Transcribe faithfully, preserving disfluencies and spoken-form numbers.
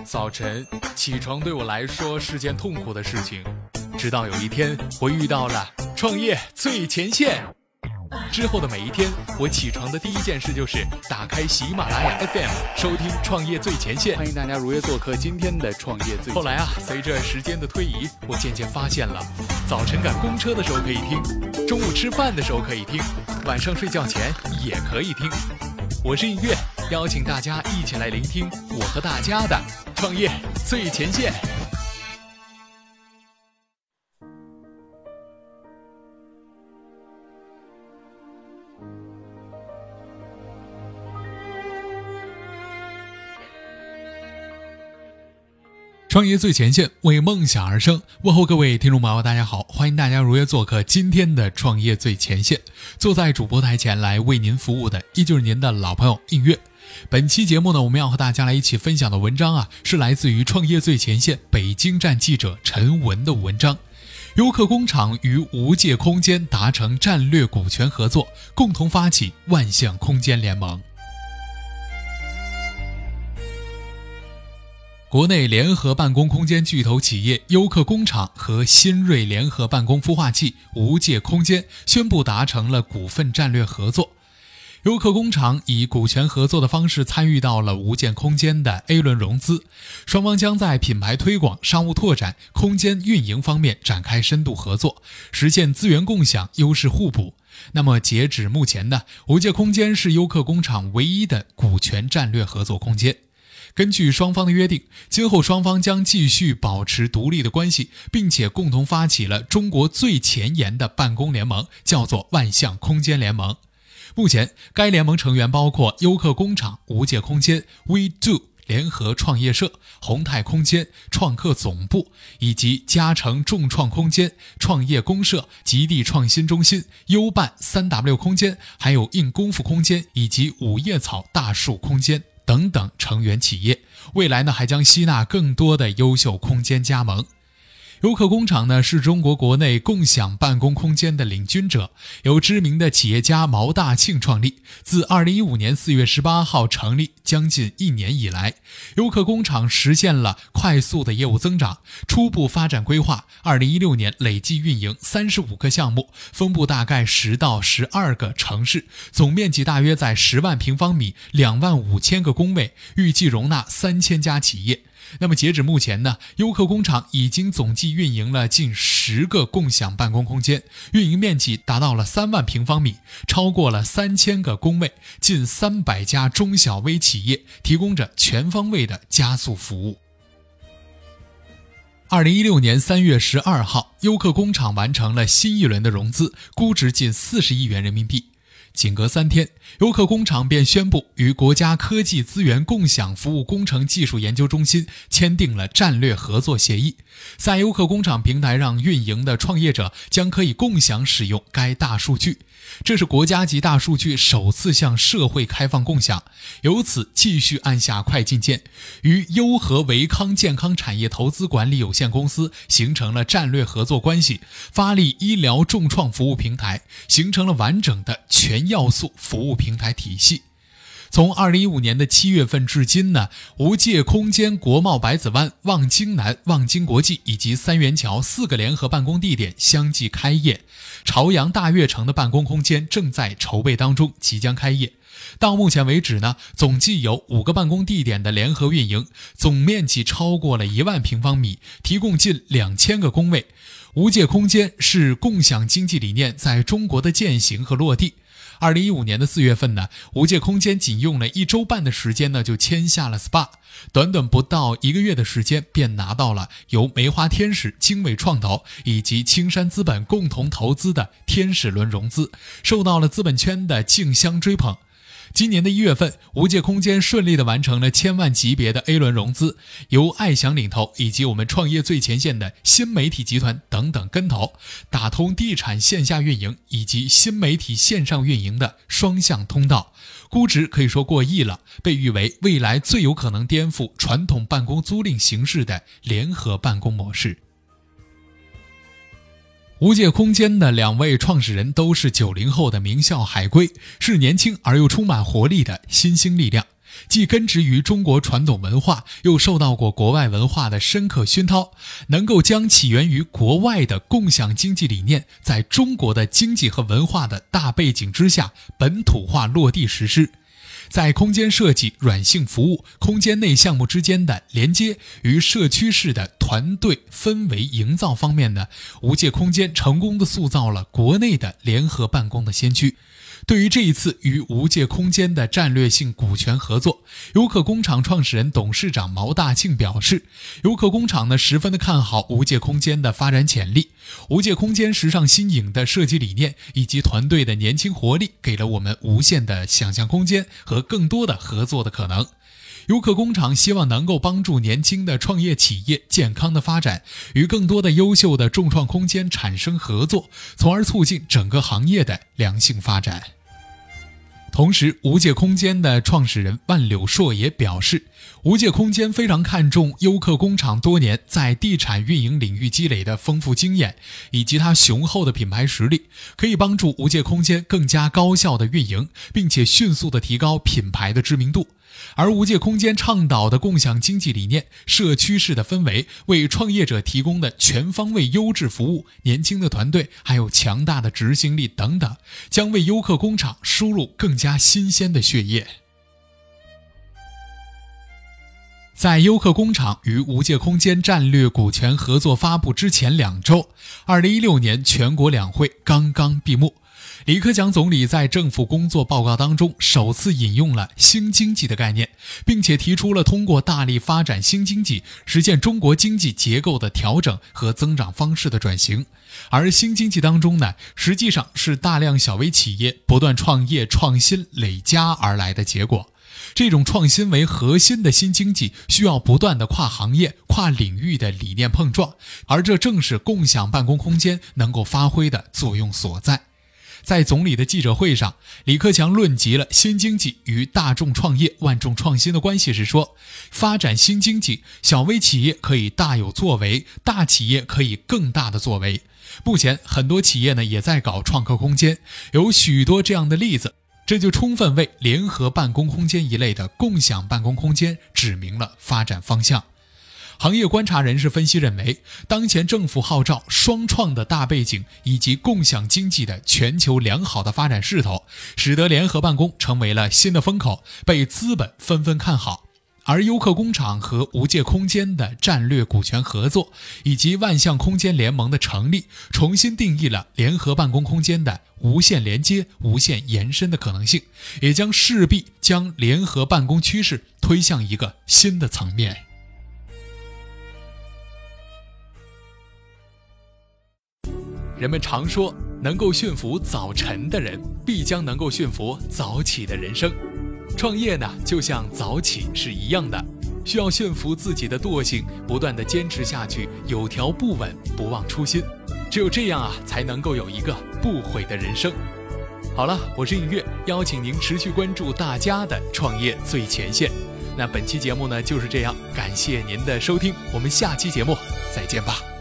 早晨起床对我来说是件痛苦的事情，直到有一天我遇到了创业最前线。之后的每一天，我起床的第一件事就是打开喜马拉雅 F M 收听创业最前线。 欢迎大家如约做客今天的创业最前线。 后来啊，随着时间的推移，我渐渐发现了，早晨赶公车的时候可以听，中午吃饭的时候可以听，晚上睡觉前也可以听。我是音乐，邀请大家一起来聆听我和大家的创业最前线。创业最前线，为梦想而生。问候各位听众朋友，大家好，欢迎大家如约做客今天的创业最前线。坐在主播台前来为您服务的，依旧是您的老朋友映月。本期节目呢，我们要和大家来一起分享的文章啊，是来自于创业最前线北京站记者陈文的文章。优客工厂与无界空间达成战略股权合作，共同发起万象空间联盟。国内联合办公空间巨头企业优客工厂和新锐联合办公孵化器无界空间宣布达成了股份战略合作。优客工厂以股权合作的方式参与到了无界空间的 A 轮融资，双方将在品牌推广、商务拓展、空间运营方面展开深度合作，实现资源共享、优势互补。那么截止目前呢，无界空间是优客工厂唯一的股权战略合作空间。根据双方的约定，今后双方将继续保持独立的关系，并且共同发起了中国最前沿的办公联盟，叫做万象空间联盟。目前该联盟成员包括优客工厂、无界空间、We Do 联合创业社、宏泰空间、创客总部，以及嘉诚众创空间、创业公社、极地创新中心、优办 三 W 空间，还有硬功夫空间以及五叶草大树空间等等成员企业。未来呢，还将吸纳更多的优秀空间加盟。优客工厂呢，是中国国内共享办公空间的领军者，由知名的企业家毛大庆创立。自二零一五年四月十八号成立，将近一年以来，优客工厂实现了快速的业务增长。初步发展规划，二零一六年累计运营三十五个项目，分布大概十到十二个城市，总面积大约在十万平方米，两万五千个工位，预计容纳三千家企业。那么截止目前呢，优客工厂已经总计运营了近十个共享办公空间，运营面积达到了三万平方米，超过了三千个工位，近三百家中小微企业，提供着全方位的加速服务。二零一六年三月十二号，优客工厂完成了新一轮的融资，估值近四十亿元人民币。仅隔三天，优客工厂便宣布与国家科技资源共享服务工程技术研究中心签订了战略合作协议，在优客工厂平台上运营的创业者将可以共享使用该大数据。这是国家级大数据首次向社会开放共享，由此继续按下快进键，与优和维康健康产业投资管理有限公司形成了战略合作关系，发力医疗众创服务平台，形成了完整的全要素服务平台体系。从二零一五年的七月份至今呢，无界空间国贸百子湾、望京南、望京国际以及三元桥四个联合办公地点相继开业，朝阳大悦城的办公空间正在筹备当中，即将开业。到目前为止呢，总计有五个办公地点的联合运营，总面积超过了一万平方米，提供近两千个工位。无界空间是共享经济理念在中国的践行和落地。二零一五年的四月份呢，无界空间仅用了一周半的时间呢，就签下了 S P A， 短短不到一个月的时间，便拿到了由梅花天使、经纬创投以及青山资本共同投资的天使轮融资，受到了资本圈的竞相追捧。今年的一月份，无界空间顺利地完成了千万级别的 A 轮融资，由爱享领投以及我们创业最前线的新媒体集团等等跟投，打通地产线下运营以及新媒体线上运营的双向通道，估值可以说过亿了，被誉为未来最有可能颠覆传统办公租赁形式的联合办公模式。无界空间的两位创始人都是九零后的名校海归，是年轻而又充满活力的新兴力量。 既根植于中国传统文化，又受到过国外文化的深刻熏陶，能够将起源于国外的共享经济理念，在中国的经济和文化的大背景之下本土化落地实施。在空间设计、软性服务、空间内项目之间的连接与社区式的团队氛围营造方面呢，无界空间成功地塑造了国内的联合办公的先驱。对于这一次与无界空间的战略性股权合作，优客工厂创始人董事长毛大庆表示，优客工厂呢十分的看好无界空间的发展潜力。无界空间时尚新颖的设计理念以及团队的年轻活力，给了我们无限的想象空间和更多的合作的可能。优客工厂希望能够帮助年轻的创业企业健康的发展，与更多的优秀的众创空间产生合作，从而促进整个行业的良性发展。同时，无界空间的创始人万柳硕也表示，无界空间非常看重优客工厂多年在地产运营领域积累的丰富经验，以及它雄厚的品牌实力，可以帮助无界空间更加高效的运营，并且迅速的提高品牌的知名度。而无界空间倡导的共享经济理念、社区式的氛围，为创业者提供的全方位优质服务、年轻的团队，还有强大的执行力等等，将为优客工厂输入更加新鲜的血液。在优客工厂与无界空间战略股权合作发布之前两周，二零一六年全国两会刚刚闭幕。李克强总理在政府工作报告当中首次引用了新经济的概念，并且提出了通过大力发展新经济，实现中国经济结构的调整和增长方式的转型。而新经济当中呢，实际上是大量小微企业不断创业创新累加而来的结果。这种创新为核心的新经济需要不断的跨行业、跨领域的理念碰撞，而这正是共享办公空间能够发挥的作用所在。在总理的记者会上，李克强论及了新经济与大众创业、万众创新的关系时说，发展新经济，小微企业可以大有作为，大企业可以更大的作为。目前很多企业呢也在搞创客空间，有许多这样的例子，这就充分为联合办公空间一类的共享办公空间指明了发展方向。行业观察人士分析认为，当前政府号召双创的大背景以及共享经济的全球良好的发展势头，使得联合办公成为了新的风口，被资本纷纷看好。而优客工厂和无界空间的战略股权合作，以及万象空间联盟的成立，重新定义了联合办公空间的无限连接、无限延伸的可能性，也将势必将联合办公趋势推向一个新的层面。人们常说，能够驯服早晨的人，必将能够驯服早起的人生。创业呢，就像早起是一样的，需要驯服自己的惰性，不断的坚持下去，有条不紊，不忘初心。只有这样啊，才能够有一个不悔的人生。好了，我是映月，邀请您持续关注大家的创业最前线。那本期节目呢就是这样，感谢您的收听，我们下期节目再见吧。